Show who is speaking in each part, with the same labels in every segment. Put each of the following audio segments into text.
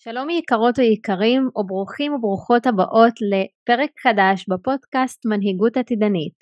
Speaker 1: שלום יקרות ויקרים וברוכים וברוכות הבאות לפרק חדש בפודקאסט מנהיגות עתידנית.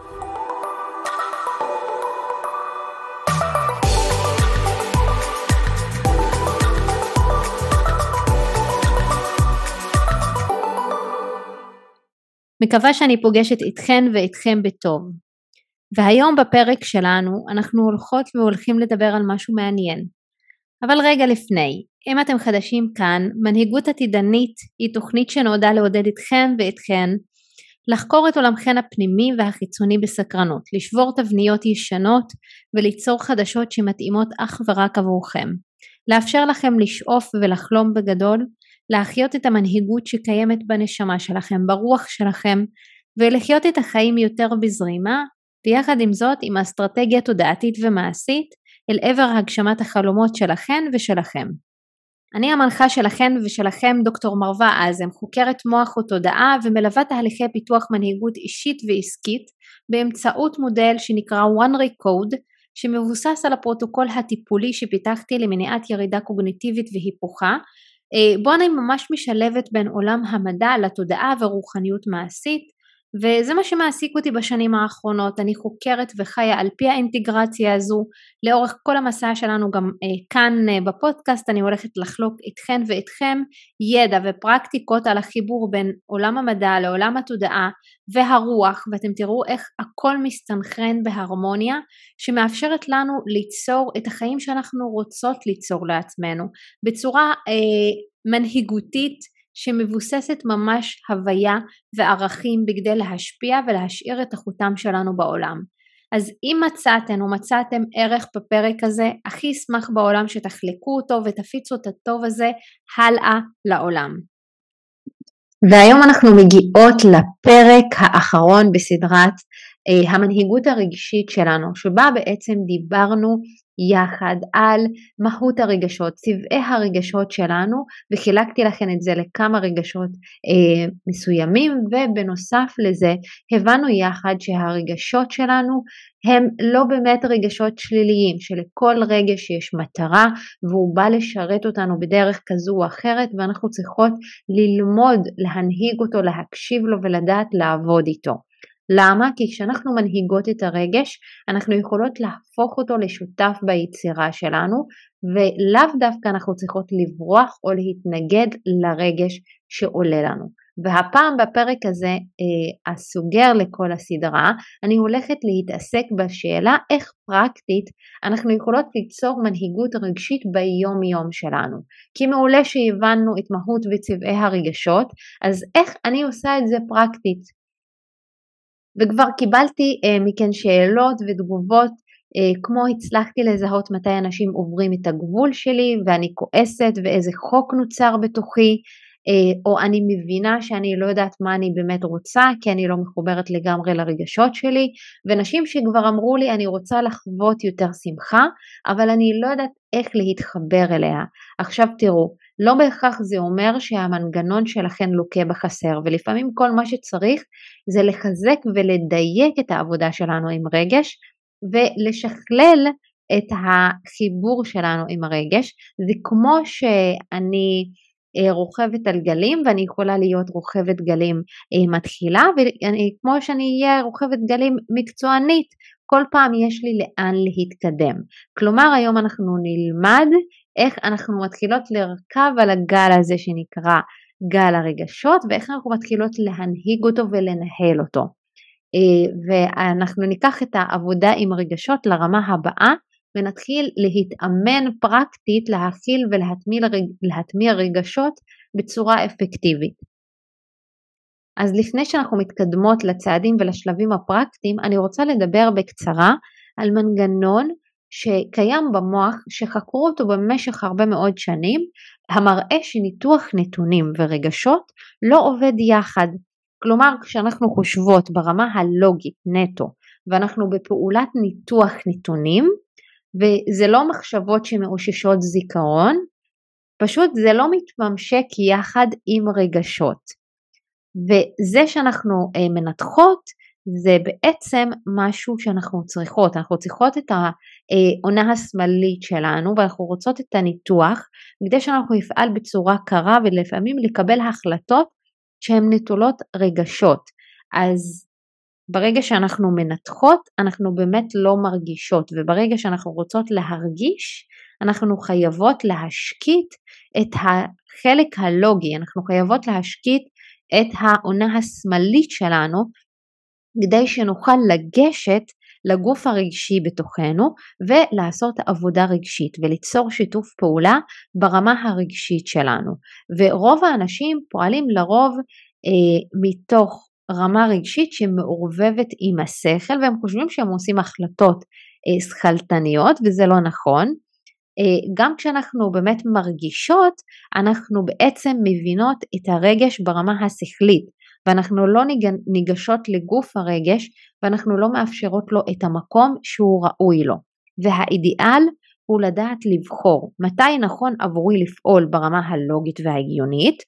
Speaker 1: מקווה שאני פוגשת איתכן ואיתכם בטוב. והיום בפרק שלנו אנחנו הולכות והולכים לדבר על משהו מעניין. אבל רגע לפני, אם אתם חדשים כאן, מנהיגות עתידנית היא תוכנית שנועדה לעודד אתכם ואתכן לחקור את עולמכן הפנימי והחיצוני בסקרנות, לשבור תבניות ישנות וליצור חדשות שמתאימות אך ורק עבורכם, לאפשר לכם לשאוף ולחלום בגדול, להחיות את המנהיגות שקיימת בנשמה שלכם, ברוח שלכם, ולחיות את החיים יותר בזרימה, ויחד עם זאת עם אסטרטגיה תודעתית ומעשית אל עבר הגשמת החלומות שלכן ושלכם. אני המנחה שלכן ושלכם דוקטור מרווה אזם, חוקרת מוח ותודעה ומלווה תהליכי פיתוח מנהיגות אישית ועסקית באמצעות מודל שנקרא One Recode, שמבוסס על הפרוטוקול הטיפולי שפיתחתי למניעת ירידה קוגניטיבית והיפוכה, בו אני ממש משלבת בין עולם המדע לתודעה ורוחניות מעשית, וזה מה שמעסיק אותי בשנים האחרונות. אני חוקרת וחיה על פי האינטגרציה הזו לאורך כל המסע שלנו. גם כאן בפודקאסט אני הולכת לחלוק איתכן ואיתכם ידע ופרקטיקות על החיבור בין עולם המדע לעולם התודעה והרוח, ואתם תראו איך הכל מסתנכרן בהרמוניה שמאפשרת לנו ליצור את החיים שאנחנו רוצות ליצור לעצמנו בצורה מנהיגותית שמבוססת ממש הוויה וערכים בכדי להשפיע ולהשאיר את החותם שלנו בעולם. אז אם מצאתם או מצאתם ערך בפרק הזה, הכי אשמח בעולם שתחלקו אותו ותפיצו את הטוב הזה הלאה לעולם. והיום אנחנו מגיעות לפרק האחרון בסדרת המנהיגות הרגשית שלנו, שבה בעצם דיברנו יחד על מהות הרגשות, צבעי הרגשות שלנו, וחילקתי לכם את זה לכמה רגשות מסוימים, ובנוסף לזה הבנו יחד שהרגשות שלנו הם לא באמת רגשות שליליים, שלכל רגש יש מטרה והוא בא לשרת אותנו בדרך כזו או אחרת, ואנחנו צריכות ללמוד להנהיג אותו, להקשיב לו ולדעת לעבוד איתו. למה? כי כשאנחנו מנהיגות את הרגש, אנחנו יכולות להפוך אותו לשותף ביצירה שלנו, ולאו דווקא אנחנו צריכות לברוח או להתנגד לרגש שעולה לנו. והפעם בפרק הזה, הסוגר לכל הסדרה, אני הולכת להתעסק בשאלה איך פרקטית אנחנו יכולות ליצור מנהיגות רגשית ביום יום שלנו. כי מעולה שהבנו את מהות וצבעי הרגשות, אז איך אני עושה את זה פרקטית? וכבר קיבלתי מכן שאלות ותגובות, כמו הצלחתי לזהות מתי אנשים עוברים את הגבול שלי ואני כועסת ואיזה חוק נוצר בתוכי, או אני מבינה שאני לא יודעת מה אני באמת רוצה כי אני לא מחוברת לגמרי לרגשות שלי, ונשים שכבר אמרו לי אני רוצה לחוות יותר שמחה אבל אני לא יודעת איך להתחבר אליה. עכשיו תראו, לא בהכרח זה אומר שהמנגנון שלכן לוקה בחסר, ולפעמים כל מה שצריך זה לחזק ולדייק את העבודה שלנו עם רגש ולשכלל את החיבור שלנו עם הרגש. זה כמו שאני רוכבת על גלים ואני יכולה להיות רוכבת גלים מתחילה, וכמו שאני אהיה רוכבת גלים מקצוענית, כל פעם יש לי לאן להתקדם. כלומר היום אנחנו נלמד איך אנחנו מתחילות לרכב על הגל הזה שנקרא גל הרגשות, ואיך אנחנו מתחילות להנהיג אותו ולנהל אותו. ואנחנו ניקח את העבודה עם רגשות לרמה הבאה, ונתחיל להתאמן פרקטית להכיל ולהטמיע רגשות בצורה אפקטיבית. אז לפני שאנחנו מתקדמות לצעדים ולשלבים הפרקטיים, אני רוצה לדבר בקצרה על מנגנון שקיים במוח, שחקרו אותו במשך הרבה מאוד שנים, המראה שניתוח נתונים ורגשות לא עובד יחד. כלומר, כשאנחנו חושבות ברמה הלוגית נטו, ואנחנו בפעולת ניתוח נתונים, וזה לא מחשבות שמאוששות זיכרון, פשוט זה לא מתממשק יחד עם רגשות. וזה שאנחנו מנתחות, זה בעצם משהו שאנחנו צריכות, אנחנו צריכות את העונה השמאלית שלנו ואנחנו רוצות את הניתוח כדי שאנחנו נפעל בצורה קרה ולפעמים לקבל החלטות שהן נטולות רגשות. אז ברגע שאנחנו מנתחות אנחנו באמת לא מרגישות, וברגע שאנחנו רוצות להרגיש אנחנו חייבות להשקיט את החלק הלוגי, אנחנו חייבות להשקיט את העונה השמאלית שלנו כדי שנוכל לגשת לגוף הרגשי בתוכנו ולעשות עבודה רגשית וליצור שיתוף פעולה ברמה הרגשית שלנו. ורוב האנשים פועלים לרוב מתוך רמה רגשית שמעורבבת עם השכל, והם חושבים שהם עושים החלטות שכלתניות, וזה לא נכון. גם כשאנחנו באמת מרגישות, אנחנו בעצם מבינות את הרגש ברמה השכלית, ואנחנו לא ניגשות לגוף הרגש, ואנחנו לא מאפשרות לו את המקום שהוא ראוי לו. והאידיאל הוא לדעת לבחור מתי נכון עבורי לפעול ברמה הלוגית וההגיונית,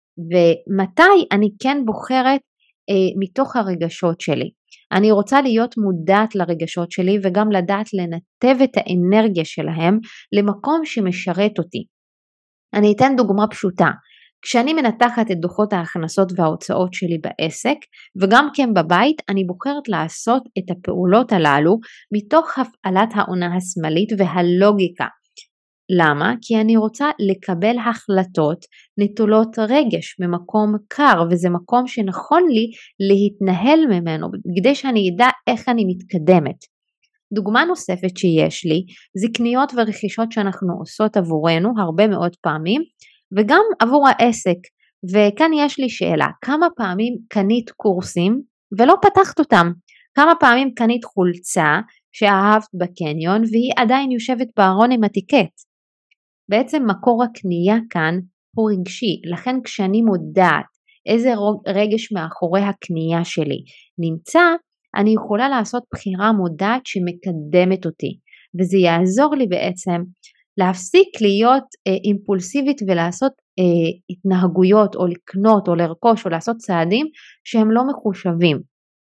Speaker 1: ומתי אני כן בוחרת מתוך הרגשות שלי. אני רוצה להיות מודעת לרגשות שלי וגם לדעת לנתב את האנרגיה שלהם למקום שמשרת אותי. אני אתן דוגמה פשוטה. כשאני מנתחת את דוחות ההכנסות וההוצאות שלי בעסק וגם כן בבית, אני בוחרת לעשות את הפעולות הללו מתוך הפעלת העונה השמאלית והלוגיקה. למה? כי אני רוצה לקבל החלטות נטולות רגש ממקום קר, וזה מקום שנכון לי להתנהל ממנו כדי שאני אדע איך אני מתקדמת. דוגמה נוספת שיש לי זה קניות ורכישות שאנחנו עושות עבורנו הרבה מאוד פעמים וגם עבור העסק, וכאן יש לי שאלה, כמה פעמים קנית קורסים ולא פתחת אותם? כמה פעמים קנית חולצה שאהבת בקניון והיא עדיין יושבת בארון עם הטיקט? בעצם מקור הקנייה כאן הוא רגשי, לכן כשאני מודעת איזה רגש מאחורי הקנייה שלי נמצא, אני יכולה לעשות בחירה מודעת שמקדמת אותי, וזה יעזור לי בעצם להפסיק להיות אימפולסיבית ולעשות התנהגויות או לקנות או לרכוש או לעשות צעדים שהם לא מחושבים.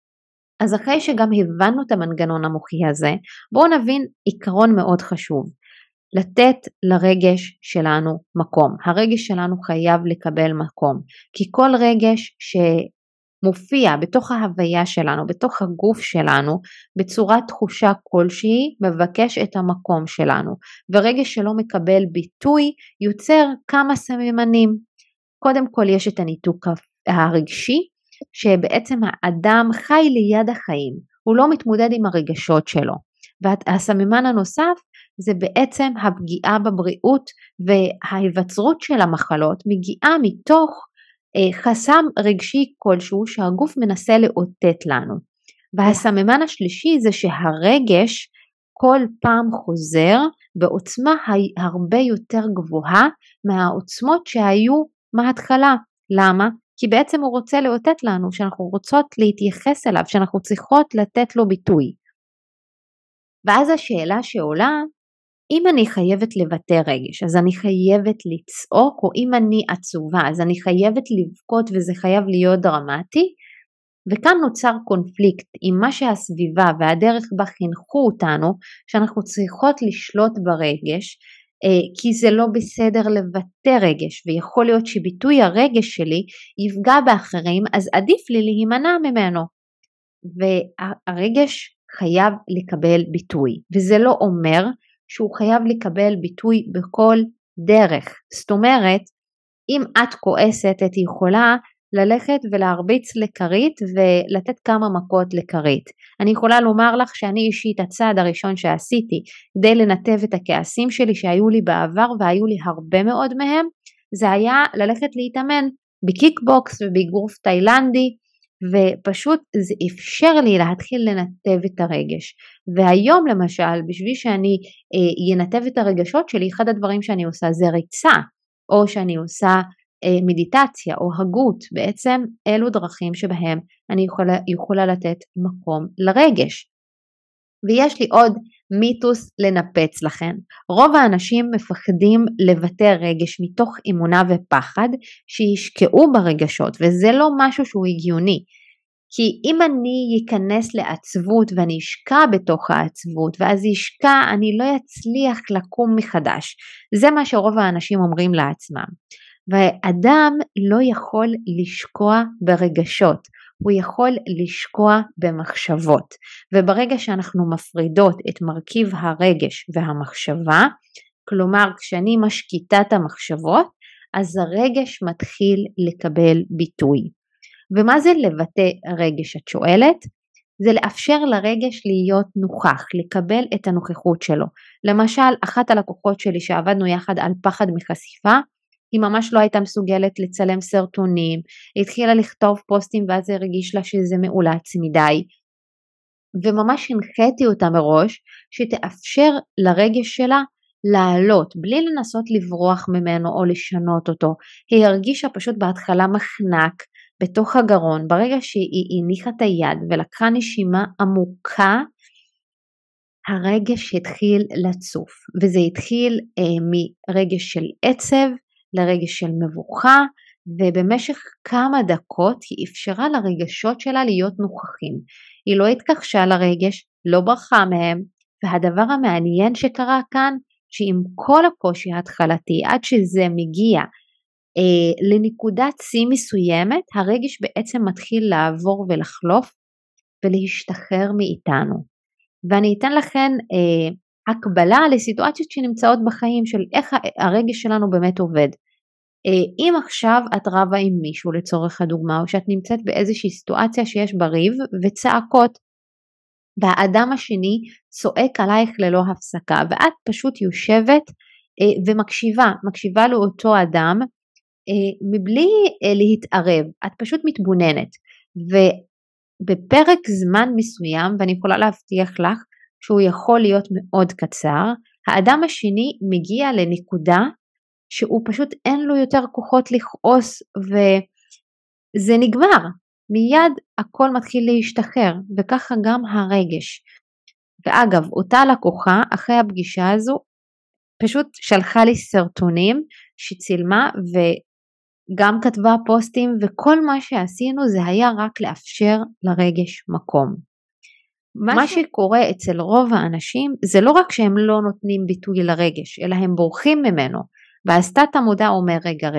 Speaker 1: אז אחרי שגם הבנו את המנגנון המוחי הזה, בואו נבין עיקרון מאוד חשוב. לתת לרגש שלנו מקום. הרגש שלנו חייב לקבל מקום, כי כל רגש שמופיע בתוך ההוויה שלנו, בתוך הגוף שלנו, בצורת תחושה כלשהי, מבקש את המקום שלנו, ורגש שלא מקבל ביטוי יוצר כמה סממנים. קודם כל יש את הניתוק הרגשי, שבעצם האדם חי ליד החיים, הוא לא מתמודד עם הרגשות שלו, והסממן הנוסף זה בעצם הפגיעה בבריאות וההיווצרות של המחלות מגיעה מתוך חסם רגשי כלשהו שהגוף מנסה לאותת לנו. והסממן השלישי זה שהרגש כל פעם חוזר בעוצמה הרבה יותר גבוהה מהעוצמות שהיו מההתחלה. למה? כי בעצם הוא רוצה לאותת לנו שאנחנו רוצות להתייחס אליו, שאנחנו צריכות לתת לו ביטוי. ואז השאלה שעולה, אם אני חייבת לבטא רגש, אז אני חייבת לצעוק, או אם אני עצובה, אז אני חייבת לבכות וזה חייב להיות דרמטי, וכאן נוצר קונפליקט עם מה שהסביבה והדרך בה חינכו אותנו, שאנחנו צריכות לשלוט ברגש, כי זה לא בסדר לבטא רגש, ויכול להיות שביטוי הרגש שלי יפגע באחרים, אז עדיף לי להימנע ממנו, והרגש חייב לקבל ביטוי, וזה לא אומר שהוא חייב לקבל ביטוי בכל דרך. זאת אומרת, אם את כועסת, את יכולה ללכת ולהרביץ לכרית ולתת כמה מכות לכרית. אני יכולה לומר לך שאני אישית הצעד הראשון שעשיתי כדי לנתב את הכעסים שלי שהיו לי בעבר והיו לי הרבה מאוד מהם, זה היה ללכת להתאמן בקיקבוקס ובאגרוף תאילנדי, ופשוט זה אפשר לי להתחיל לנתב את הרגש. והיום למשל, בשביל שאני ינתב את הרגשות שלי, אחד הדברים שאני עושה זה ריצה, או שאני עושה מדיטציה או הגות. בעצם אלו דרכים שבהם אני יכולה לתת מקום לרגש. ויש לי עוד מיתוס לנפץ לכם. רוב האנשים מפחדים לבטא רגש מתוך אמונה ופחד שישקעו ברגשות, וזה לא משהו שהוא הגיוני. כי אם אני ייכנס לעצבות ואני אשקע בתוך העצבות, ואז ישקע, אני לא אצליח לקום מחדש. זה מה שרוב האנשים אומרים לעצמם. ואדם לא יכול לשקוע ברגשות, הוא יכול לשקוע במחשבות. וברגע שאנחנו מפרידות את מרכיב הרגש והמחשבה, כלומר כשאני משקיטה את המחשבות, אז הרגש מתחיל לקבל ביטוי. ומה זה לבטא רגש, את שואלת? זה לאפשר לרגש להיות נוכח, לקבל את הנוכחות שלו. למשל, אחת הלקוחות שלי שעבדנו יחד על פחד מחשיפה, היא ממש לא הייתה מסוגלת לצלם סרטונים, היא התחילה לכתוב פוסטים ואז זה הרגיש לה שזה מאולץ מדי, וממש הנחיתי אותה מראש שתאפשר לרגש שלה לעלות, בלי לנסות לברוח ממנו או לשנות אותו. היא הרגישה פשוט בהתחלה מחנק בתוך הגרון, ברגע שהיא הניחה את היד ולקחה נשימה עמוקה, הרגש התחיל לצוף, וזה התחיל מרגש של עצב, לרגש של מבוכה, ובמשך כמה דקות היא אפשרה לרגשות שלה להיות נוכחים. היא לא התכחשה לרגש, לא ברחה מהם, והדבר המעניין שקרה כאן, שעם כל הקושי ההתחלתי, עד שזה מגיע לנקודת שיא מסוימת, הרגש בעצם מתחיל לעבור ולחלוף, ולהשתחרר מאיתנו. ואני אתן לכם הקבלה לסיטואציות שנמצאות בחיים של איך הרגש שלנו באמת עובד. אם עכשיו את רבה עם מישהו לצורך הדוגמה, או שאת נמצאת באיזושהי סיטואציה שיש בה ריב וצעקות, והאדם השני צועק עלייך ללא הפסקה, ואת פשוט יושבת ומקשיבה לאותו אדם, מבלי להתערב, את פשוט מתבוננת, ובפרק זמן מסוים, ואני יכולה להבטיח לך שהוא יכול להיות מאוד קצר, האדם השני מגיע לנקודה שהוא פשוט אין לו יותר כוחות לכעוס, וזה נגמר, מיד הכל מתחיל להשתחרר, וככה גם הרגש. ואגב, אותה לקוחה אחרי הפגישה הזו, פשוט שלחה לי סרטונים שצילמה, וגם כתבה פוסטים, וכל מה שעשינו זה היה רק לאפשר לרגש מקום. מה שקורה אצל רוב האנשים, זה לא רק שהם לא נותנים ביטוי לרגש, אלא הם בורחים ממנו, ואז תת המודע אומר רגע,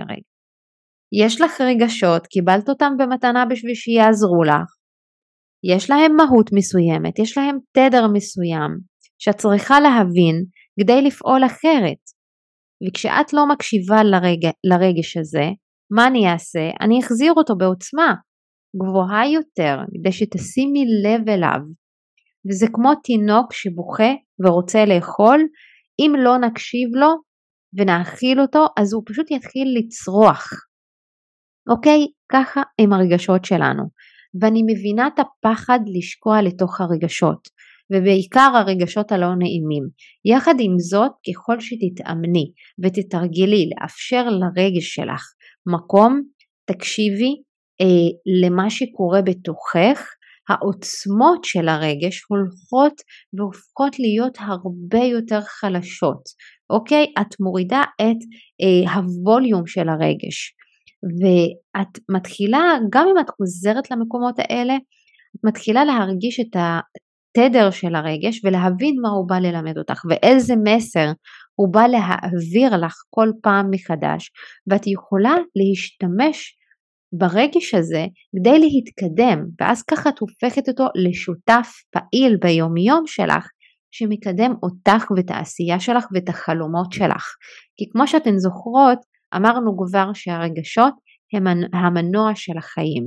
Speaker 1: יש לך רגשות, קיבלת אותם במתנה בשביל שיעזרו לך, יש להם מהות מסוימת, יש להם תדר מסוים, שאת צריכה להבין כדי לפעול אחרת, וכשאת לא מקשיבה לרגש הזה, מה אני אעשה? אני אחזיר אותו בעוצמה גבוהה יותר, כדי שתשימי לב אליו, וזה כמו תינוק שבוכה ורוצה לאכול, אם לא נקשיב לו ונאכיל אותו, אז הוא פשוט יתחיל לצרוח. אוקיי? ככה עם הרגשות שלנו. ואני מבינה את הפחד לשקוע לתוך הרגשות, ובעיקר הרגשות הלא נעימים. יחד עם זאת, ככל שתתאמני ותתרגלי לאפשר לרגש שלך מקום, תקשיבי למה שקורה בתוכך, העוצמות של הרגש הולכות והופכות להיות הרבה יותר חלשות. אוקיי? את מורידה את הווליום של הרגש, ואת מתחילה, גם אם את חוזרת למקומות האלה, את מתחילה להרגיש את התדר של הרגש, ולהבין מה הוא בא ללמד אותך, ואיזה מסר הוא בא להעביר לך כל פעם מחדש, ואת יכולה להשתמש ברגש הזה כדי להתקדם, ואז ככה את הופכת אותו לשותף פעיל ביום-יום שלך, שמקדם אותך ואת העשייה שלך ואת החלומות שלך. כי כמו שאתן זוכרות, אמרנו כבר שהרגשות הם המנוע של החיים.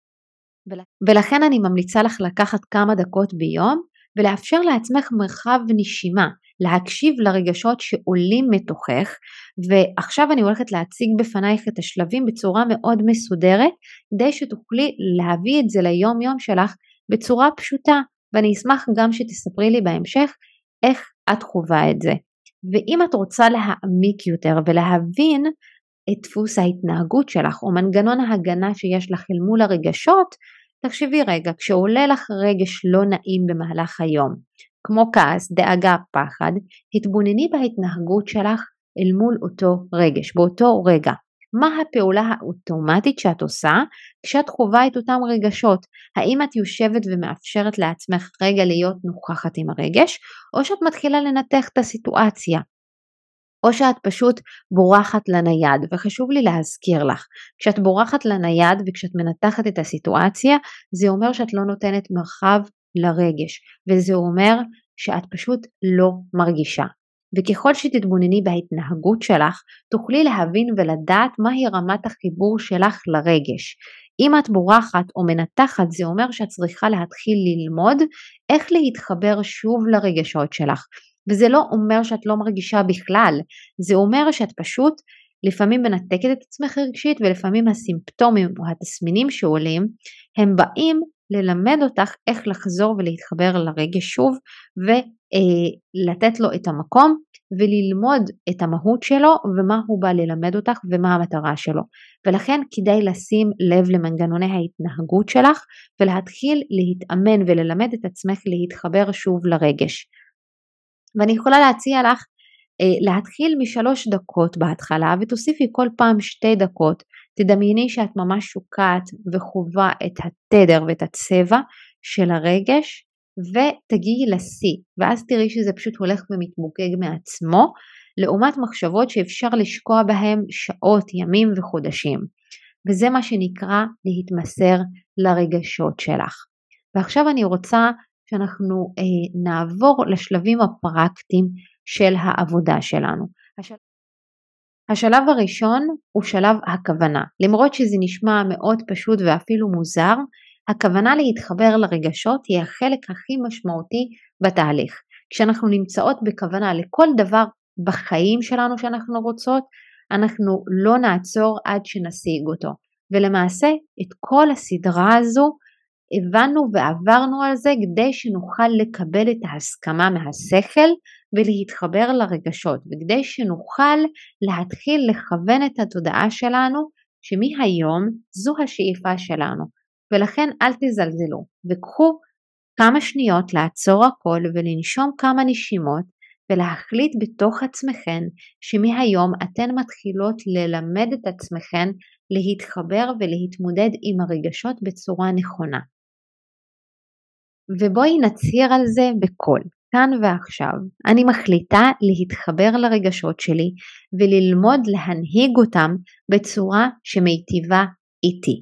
Speaker 1: ולכן אני ממליצה לך לקחת כמה דקות ביום, ולאפשר לעצמך מרחב נשימה, להקשיב לרגשות שעולים מתוכך, ועכשיו אני הולכת להציג בפנייך את השלבים בצורה מאוד מסודרת, כדי שתוכלי להביא את זה ליום יום שלך בצורה פשוטה, ואני אשמח גם שתספרי לי בהמשך איך את חווה את זה. ואם את רוצה להעמיק יותר ולהבין את דפוס ההתנהגות שלך או מנגנון ההגנה שיש לך אל מול הרגשות, תחשבי רגע, כשעולה לך רגש לא נעים במהלך היום, כמו כעס, דאגה, פחד, התבונני בהתנהגות שלך אל מול אותו רגש, באותו רגע, מה הפעולה האוטומטית שאת עושה כשאת חווה את אותם רגשות. האם את יושבת ומאפשרת לעצמך רגע להיות נוכחת עם הרגש, או שאת מתחילה לנתח את הסיטואציה, או שאת פשוט בורחת לנייד. וחשוב לי להזכיר לך, כשאת בורחת לנייד וכשאת מנתחת את הסיטואציה, זה אומר שאת לא נותנת מרחב לרגש, וזה אומר שאת פשוט לא מרגישה. וככל שתתבונני בהתנהגות שלך, תוכלי להבין ולדעת מהי רמת החיבור שלך לרגש. אם את בורחת או מנתחת, זה אומר שאת צריכה להתחיל ללמוד איך להתחבר שוב לרגשות שלך. וזה לא אומר שאת לא מרגישה בכלל, זה אומר שאת פשוט לפעמים מנתקת את עצמך רגשית, ולפעמים הסימפטומים או התסמינים שעולים, הם באים ללמד אותך איך לחזור ולהתחבר לרגש שוב, ולתת לו את המקום, וללמוד את המהות שלו, ומה הוא בא ללמד אותך, ומה המטרה שלו. ולכן כדאי לשים לב למנגנוני ההתנהגות שלך, ולהתחיל להתאמן וללמד את עצמך להתחבר שוב לרגש. ואני יכולה להציע לך להתחיל מ3 דקות בהתחלה, ותוסיפי כל פעם 2 דקות. תדמייני שאת ממש שוקעת וחובה את התדר ואת הצבע של הרגש, ותגיעי לשיא, ואז תראי שזה פשוט הולך ומתמוגג מעצמו, לעומת מחשבות שאפשר לשקוע בהם שעות, ימים וחודשים. וזה מה שנקרא להתמסר לרגשות שלך. ועכשיו אני רוצה שאנחנו נעבור לשלבים הפרקטיים של העבודה שלנו. השלב הראשון הוא שלב הכוונה. למרות שזה נשמע מאוד פשוט ואפילו מוזר, הכוונה להתחבר לרגשות היא החלק הכי משמעותי בתהליך. כשאנחנו נמצאות בכוונה לכל דבר בחיים שלנו שאנחנו רוצות, אנחנו לא נעצור עד שנשיג אותו. ולמעשה את כל הסדרה הזו הבנו ועברנו על זה כדי שנוכל לקבל את ההסכמה מהשכל ולהתחבר לרגשות, וכדי שנוכל להתחיל לכוון את התודעה שלנו שמהיום זו השאיפה שלנו. ולכן אל תזלזלו וקחו כמה שניות לעצור הכל ולנשום כמה נשימות, ולהחליט בתוך עצמכן שמהיום אתן מתחילות ללמד את עצמכן להתחבר ולהתמודד עם הרגשות בצורה נכונה. ובואי נצהיר על זה בקול, כאן ועכשיו. אני מחליטה להתחבר לרגשות שלי וללמוד להנהיג אותם בצורה שמיטיבה איתי.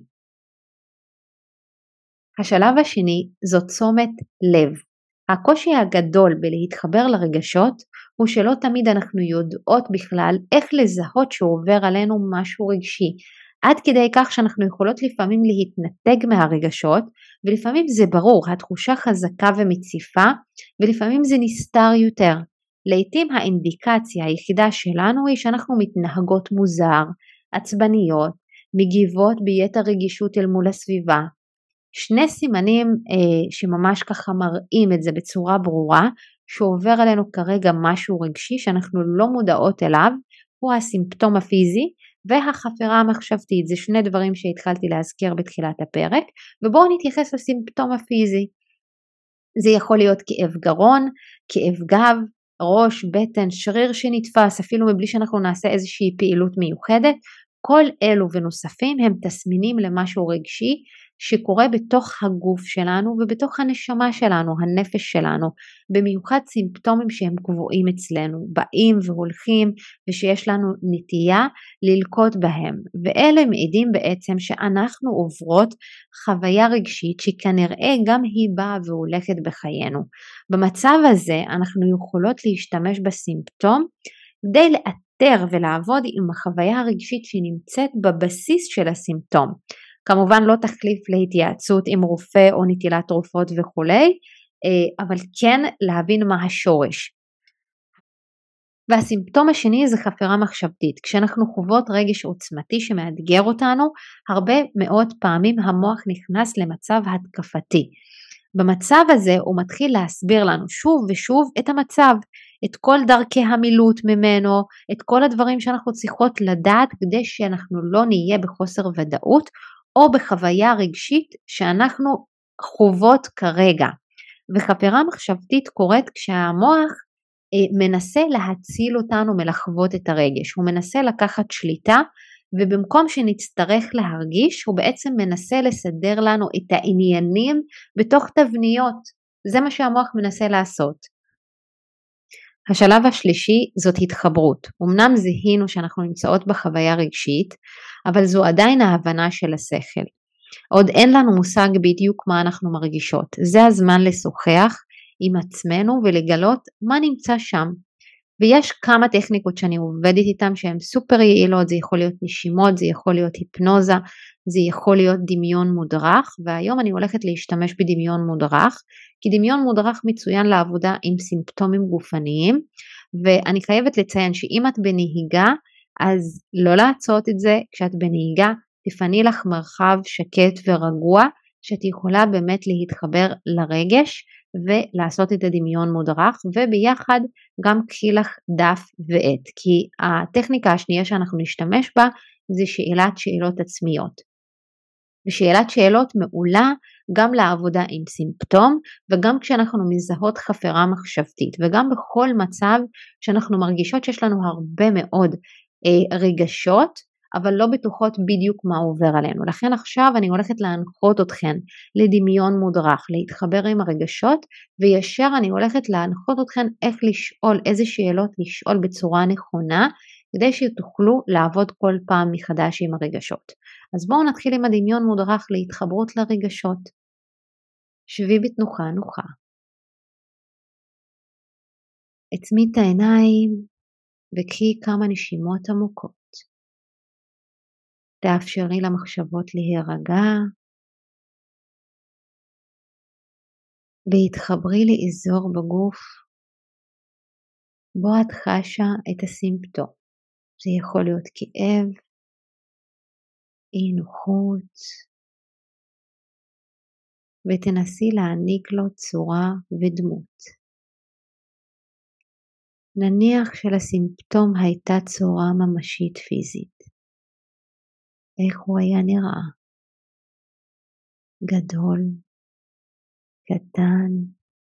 Speaker 1: השלב השני זו תשומת לב. הקושי הגדול בלהתחבר לרגשות הוא שלא תמיד אנחנו יודעות בכלל איך לזהות שעובר עלינו משהו רגשי, עד כדי כך שאנחנו יכולות לפעמים להתנתק מהרגשות, ולפעמים זה ברור, התחושה חזקה ומציפה, ולפעמים זה נסתר יותר. לעתים האינדיקציה היחידה שלנו היא שאנחנו מתנהגות מוזר, עצבניות, מגיבות ביתר רגישות אל מול הסביבה. 2 סימנים שממש ככה מראים את זה בצורה ברורה, שעובר עלינו כרגע משהו רגשי שאנחנו לא מודעות אליו, הוא הסימפטום הפיזי והחפירה המחשבתית. זה 2 דברים שהתחלתי להזכיר בתחילת הפרק, ובואו נתייחס לסימפטום הפיזי. זה יכול להיות כאב גרון, כאב גב, ראש, בטן, שריר שנתפס, אפילו מבלי שאנחנו נעשה איזושהי פעילות מיוחדת. כל אלו ונוספים הם תסמינים למשהו רגשי שקורה בתוך הגוף שלנו ובתוך הנשמה שלנו, הנפש שלנו, במיוחד סימפטומים שהם קבועים אצלנו, באים והולכים ושיש לנו נטייה ללקות בהם, ואלה מעידים בעצם שאנחנו עוברות חוויה רגשית שכנראה גם היא באה והולכת בחיינו. במצב הזה אנחנו יכולות להשתמש בסימפטום כדי לאתר ולעבוד עם החוויה הרגשית שנמצאת בבסיס של הסימפטום. כמובן לא תחליף להתייעצות עם רופא או נטילת תרופות וכולי, אבל כן להבין מה השורש. והסימפטום השני זה חפירה מחשבתית. כשאנחנו חוות רגש עוצמתי שמאתגר אותנו, הרבה מאוד פעמים המוח נכנס למצב התקפתי. במצב הזה הוא מתחיל להסביר לנו שוב ושוב את המצב, את כל דרכי המילוט ממנו, את כל הדברים שאנחנו צריכות לדעת כדי שאנחנו לא נהיה בחוסר ודאות או בחוויה רגשית שאנחנו חוות כרגע. וחפירה מחשבתית קורית כשהמוח מנסה להציל אותנו מלחוות את הרגש, הוא מנסה לקחת שליטה ובמקום שנצטרך להרגיש, הוא בעצם מנסה לסדר לנו את העניינים בתוך תבניות. זה מה שהמוח מנסה לעשות. השלב השלישי זאת התחברות. אמנם זיהינו שאנחנו נמצאות בחוויה רגשית, אבל זו עדיין ההבנה של השכל. עוד אין לנו מושג בדיוק מה אנחנו מרגישות. זה הזמן לשוחח עם עצמנו ולגלות מה נמצא שם. ויש כמה טכניקות שאני עובדת איתן שהן סופר יעילות, זה יכול להיות נשימות, זה יכול להיות היפנוזה, זה יכול להיות דמיון מודרך, והיום אני הולכת להשתמש בדמיון מודרך, כי דמיון מודרך מצוין לעבודה עם סימפטומים גופניים, ואני חייבת לציין שאם את בנהיגה, אז לא לעשות את זה. כשאת בנהיגה, תפני לך מרחב שקט ורגוע, שאת יכולה באמת להתחבר לרגש, ולעשות את הדמיון מודרך, וביחד גם קחי לך דף ועט, כי הטכניקה השנייה שאנחנו נשתמש בה, זה שאלות עצמיות. ושאלת שאלות מעולה גם לעבודה עם סימפטום, וגם כשאנחנו מזהות חפירה מחשבתית, וגם בכל מצב שאנחנו מרגישות שיש לנו הרבה מאוד רגשות, אבל לא בטוחות בדיוק מה עובר עלינו. לכן עכשיו אני הולכת להנחות אתכן לדמיון מודרך, להתחבר עם הרגשות, וישר אני הולכת להנחות אתכן איך לשאול, איזה שאלות לשאול בצורה נכונה, כדי שתוכלו לעבוד כל פעם מחדש עם הרגשות. אז בואו נתחיל עם הדמיון מודרך להתחברות לרגשות. שבי בתנוחה נוחה. עצמי את העיניים וקחי כמה נשימות עמוקות. תאפשרי למחשבות להירגע והתחברי לאזור בגוף בו את חשה את הסימפטום. זה יכול להיות כאב, אי נוחות, ותנסי להעניק לו צורה ודמות. נניח שלסימפטום הייתה צורה ממשית פיזית. איך הוא היה נראה? גדול, קטן,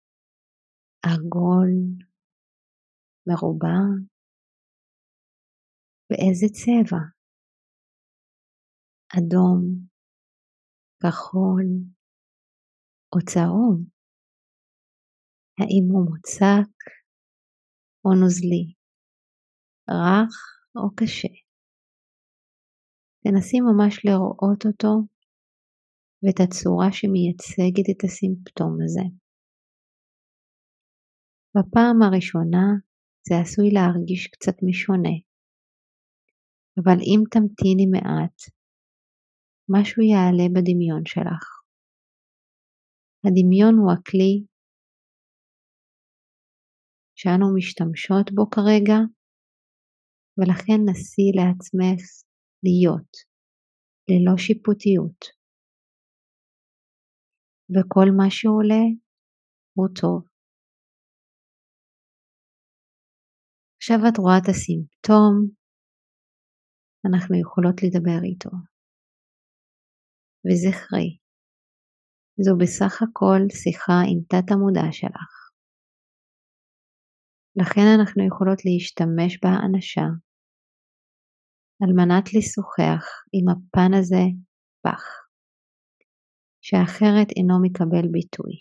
Speaker 1: עגול, מרובע, באיזה צבע? אדום, כחול או צהוב? האם הוא מוצק או נוזלי? רך או קשה? תנסי ממש לראות אותו ואת הצורה שמייצגת את הסימפטום הזה. בפעם הראשונה זה עשוי להרגיש קצת משונה, אבל אם תמתיני מעט, משהו יעלה בדמיון שלך. הדמיון הוא הכלי שאנו משתמשות בו כרגע, ולכן נסי לעצמך להיות ללא שיפוטיות. וכל מה שעולה הוא טוב. עכשיו את רואה את הסימפטום, אנחנו יכולות לדבר איתו. וזכרי, זו בסך הכל שיחה עם תת המודע שלך. לכן אנחנו יכולות להשתמש באנשה על מנת לשוחח עם הפן הזה בך, שאחרת אינו מקבל ביטוי.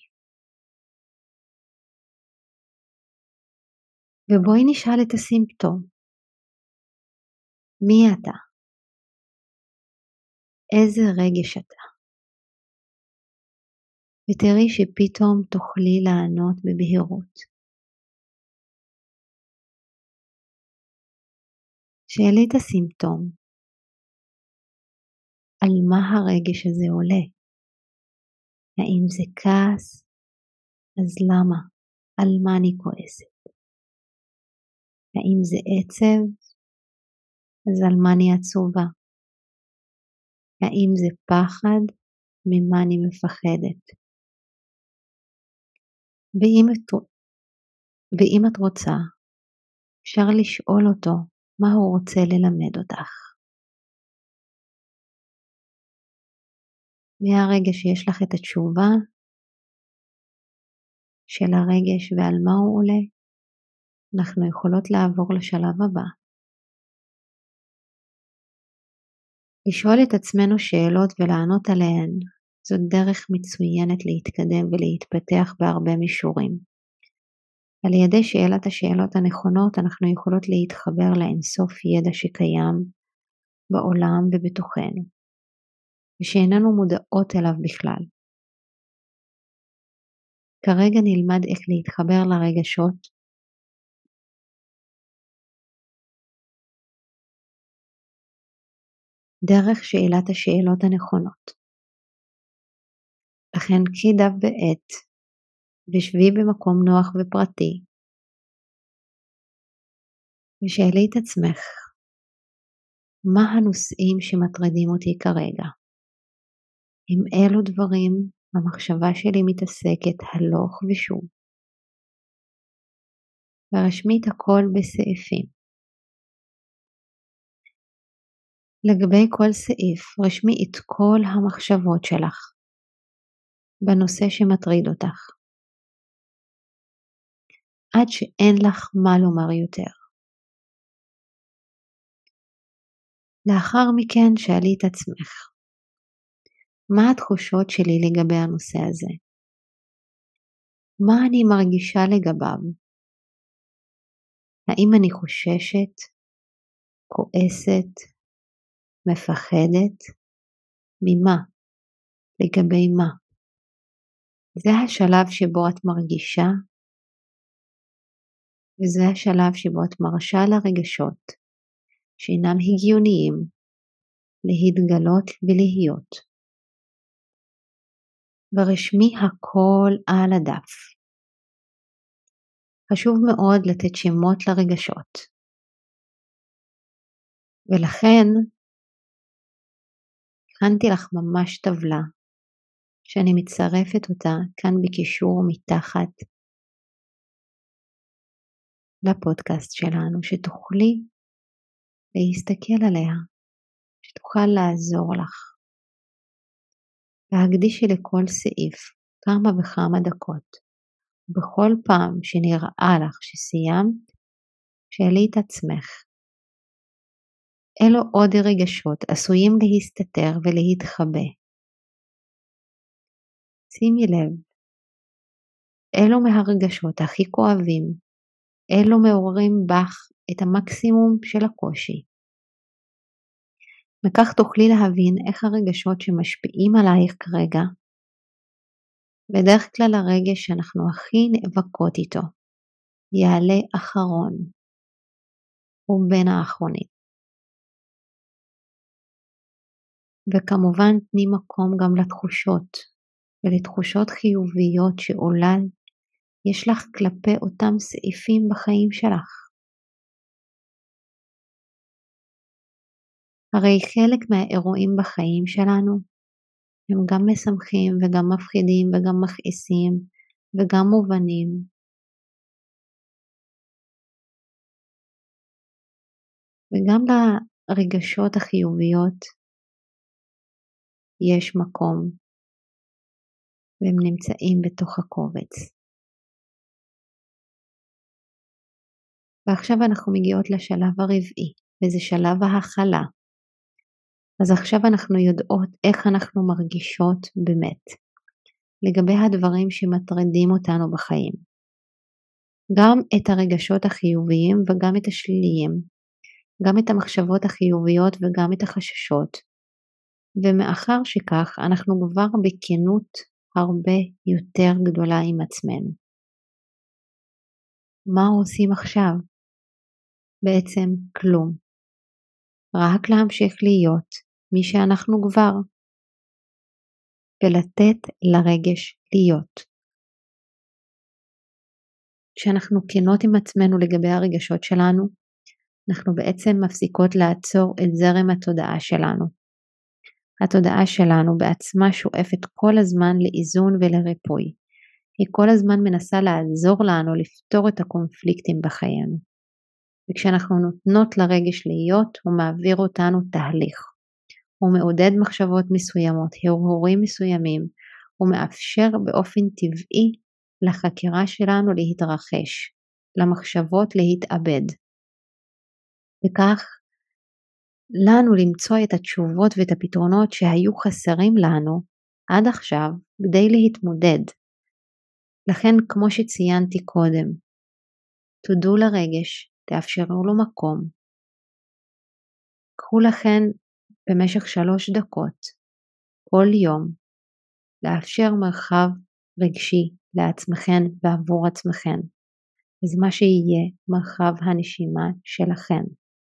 Speaker 1: ובואי נשאל את הסימפטום. מי אתה? איזה רגש אתה? ותראי שפתאום תוכלי לענות בבהירות. שאלי את הסימפטום, על מה הרגש הזה עולה? האם זה כעס? אז למה? על מה אני כועסת? האם זה עצב? אז על מה אני עצובה? האם זה פחד? ממה אני מפחדת? ואם את רוצה, אפשר לשאול אותו מה הוא רוצה ללמד אותך. מהרגע שיש לך את התשובה של הרגש ועל מה הוא עולה, אנחנו יכולות לעבור לשלב הבא. לשאול את עצמנו שאלות ולענות עליהן זאת דרך מצוינת להתקדם ולהתפתח בהרבה מישורים. על ידי שאלת השאלות הנכונות אנחנו יכולות להתחבר לאינסוף ידע שקיים בעולם ובתוכנו, ושאיננו מודעות אליו בכלל. כרגע נלמד איך להתחבר לרגשות דרך שאלת השאלות הנכונות. לכן קחי דף ועט ושבי במקום נוח ופרטי ושאלי את עצמך, מה הנושאים שמטרידים אותי כרגע? עם אילו דברים המחשבה שלי מתעסקת הלוך ושוב. ורשמי את הכל בסעיפים. לגבי כל סעיף רשמי את כל המחשבות שלך בנושא שמטריד אותך, עד שאין לך מה לומר יותר. לאחר מכן שאלי את עצמך, מה התחושות שלי לגבי הנושא הזה? מה אני מרגישה לגביו? האם אני חוששת, כועסת, מפחדת? ממה? לגבי מה? זה השלב שבו את מרגישה, וזה השלב שבו את מרשה לרגשות שאינם הגיוניים להתגלות ולהיות. ורשמי הכל על הדף. חשוב מאוד לתת שמות לרגשות. ולכן הכנתי לך ממש טבלה שאני מצרפת אותה כאן בקישור מתחת לפודקאסט שלנו, שתוכלי להסתכל עליה, שתוכל לעזור לך. להקדישי לכל סעיף כמה וכמה דקות. בכל פעם שנראה לך שסיימת, שאלי את עצמך, אילו עוד רגשות עשויים להסתתר ולהתחבא. שימי לב, אילו מהרגשות הכי כואבים, אילו מעוררים בך את המקסימום של הקושי. וכך תוכלי להבין איך הרגשות שמשפיעים עלייך כרגע, בדרך כלל הרגש שאנחנו הכי נאבקות איתו, יעלה אחרון, או בין האחרונים. וכמובן תני מקום גם לתחושות, ולתחושות חיוביות שאולי יש לך כלפי אותם סעיפים בחיים שלך. הרי חלק מהאירועים בחיים שלנו הם גם משמחים וגם מפחידים וגם מכעיסים וגם מובנים. וגם לרגשות החיוביות יש מקום והם נמצאים בתוך הקובץ. ועכשיו אנחנו מגיעות לשלב הרביעי, וזה שלב ההכלה. אז עכשיו אנחנו יודעות איך אנחנו מרגישות באמת, לגבי הדברים שמטרידים אותנו בחיים. גם את הרגשות החיוביים וגם את השליליים, גם את המחשבות החיוביות וגם את החששות. ומאחר שכך אנחנו כבר בכנות הרבה יותר גדולה עם עצמנו. מה עושים עכשיו? בעצם כלום. רק להמשיך להיות מי שאנחנו כבר, ולתת לרגש להיות. כשאנחנו כנות עם עצמנו לגבי הרגשות שלנו, אנחנו בעצם מפסיקות לעצור את זרם התודעה שלנו. התודעה שלנו בעצמה שואפת כל הזמן לאיזון ולריפוי. היא כל הזמן מנסה לעזור לנו לפתור את הקונפליקטים בחיינו. וכשאנחנו נותנות לרגש להיות, הוא מעביר אותנו תהליך. הוא מעודד מחשבות מסוימות, הרהורים מסוימים, הוא מאפשר באופן טבעי לחקירה שלנו להתרחש, למחשבות להתאבד. וכך לנו למצוא את התשובות ואת הפתרונות שהיו חסרים לנו עד עכשיו כדי להתמודד. לכן כמו שציינתי קודם, תודו לרגש, תאפשרו לו מקום. קחו לכן במשך 3 דקות כל יום לאפשר מרחב רגשי לעצמכן ועבור עצמכן. אז מה שיהיה מרחב הנשימה שלכן.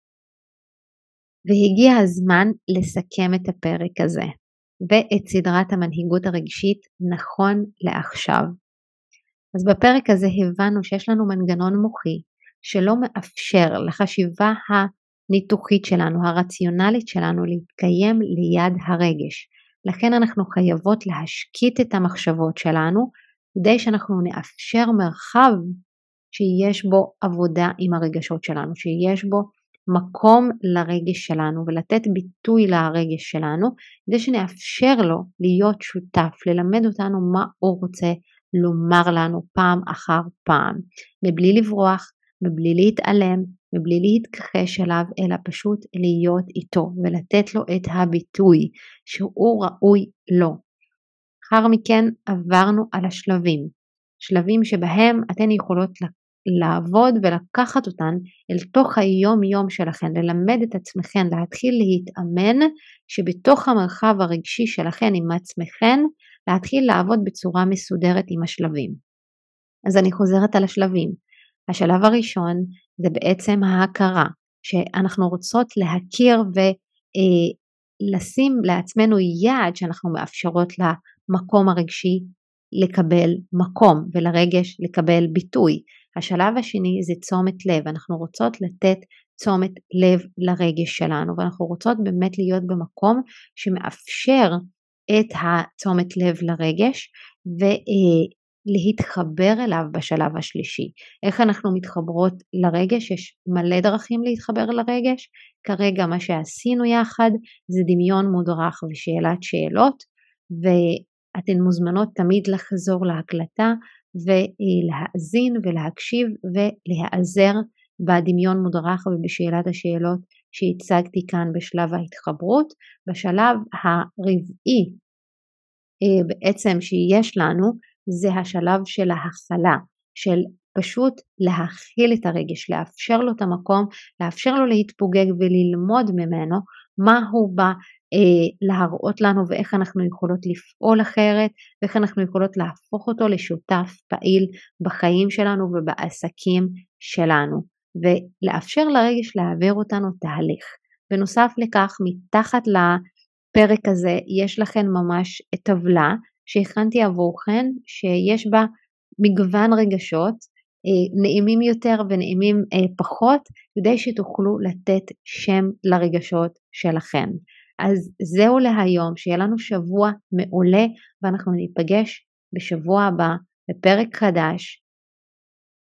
Speaker 1: והגיע הזמן לסכם את הפרק הזה ואת סדרת המנהיגות הרגשית נכון לעכשיו. אז בפרק הזה הבנו שיש לנו מנגנון מוחי שלא מאפשר לחשיבה הניתוחית שלנו, הרציונלית שלנו, להתקיים ליד הרגש. לכן אנחנו חייבות להשקיט את המחשבות שלנו כדי שאנחנו נאפשר מרחב שיש בו עבודה עם הרגשות שלנו, שיש בו מקום לרגש שלנו ולתת ביטוי לרגש שלנו, כדי שנאפשר לו להיות שותף, ללמד אותנו מה הוא רוצה לומר לנו פעם אחר פעם, מבלי לברוח, מבלי להתעלם, מבלי להתכחש אליו, אלא פשוט להיות איתו ולתת לו את הביטוי שהוא ראוי לו. אחר מכן עברנו על השלבים, שלבים שבהם אתן יכולות לעבוד ולקחת אותן אל תוך היום יום שלכן, ללמד את עצמכן, להתחיל להתאמן שבתוך המרחב הרגשי שלכן עם עצמכן, להתחיל לעבוד בצורה מסודרת עם השלבים. אז אני חוזרת על השלבים. השלב הראשון זה בעצם ההכרה, שאנחנו רוצות להכיר ולשים לעצמנו יעד שאנחנו מאפשרות למקום הרגשי לקבל מקום ולרגש לקבל ביטוי. השלב השני זה תשומת לב, אנחנו רוצות לתת תשומת לב לרגש שלנו ואנחנו רוצות באמת להיות במקום שמאפשר את התשומת לב לרגש ולהתחבר אליו בשלב השלישי. איך אנחנו מתחברות לרגש? יש מלא דרכים להתחבר לרגש. כרגע מה שעשינו יחד זה דמיון מודרך ושאלת שאלות, ואתן מוזמנות תמיד לחזור להקלטה ולהאזין ולהקשיב ולהיעזר בדמיון מודרך ובשאלת השאלות שהצגתי כאן בשלב ההתחברות. בשלב הרביעי בעצם שיש לנו זה השלב של ההכלה, של פשוט להכיל את הרגש, לאפשר לו את המקום, לאפשר לו להתפוגג וללמוד ממנו מה הוא בא להראות לנו ואיך אנחנו יכולות לפעול אחרת ואיך אנחנו יכולות להפוך אותו לשותף פעיל בחיים שלנו ובעסקים שלנו, ולאפשר לרגש להעביר אותנו תהליך. בנוסף לכך, מתחת לפרק הזה יש לכן ממש טבלה שהכנתי עבורכן שיש בה מגוון רגשות, נעימים יותר ונעימים פחות, כדי שתוכלו לתת שם לרגשות שלכם. אז זהו להיום, שיהיה לנו שבוע מעולה ואנחנו ניפגש בשבוע הבא בפרק חדש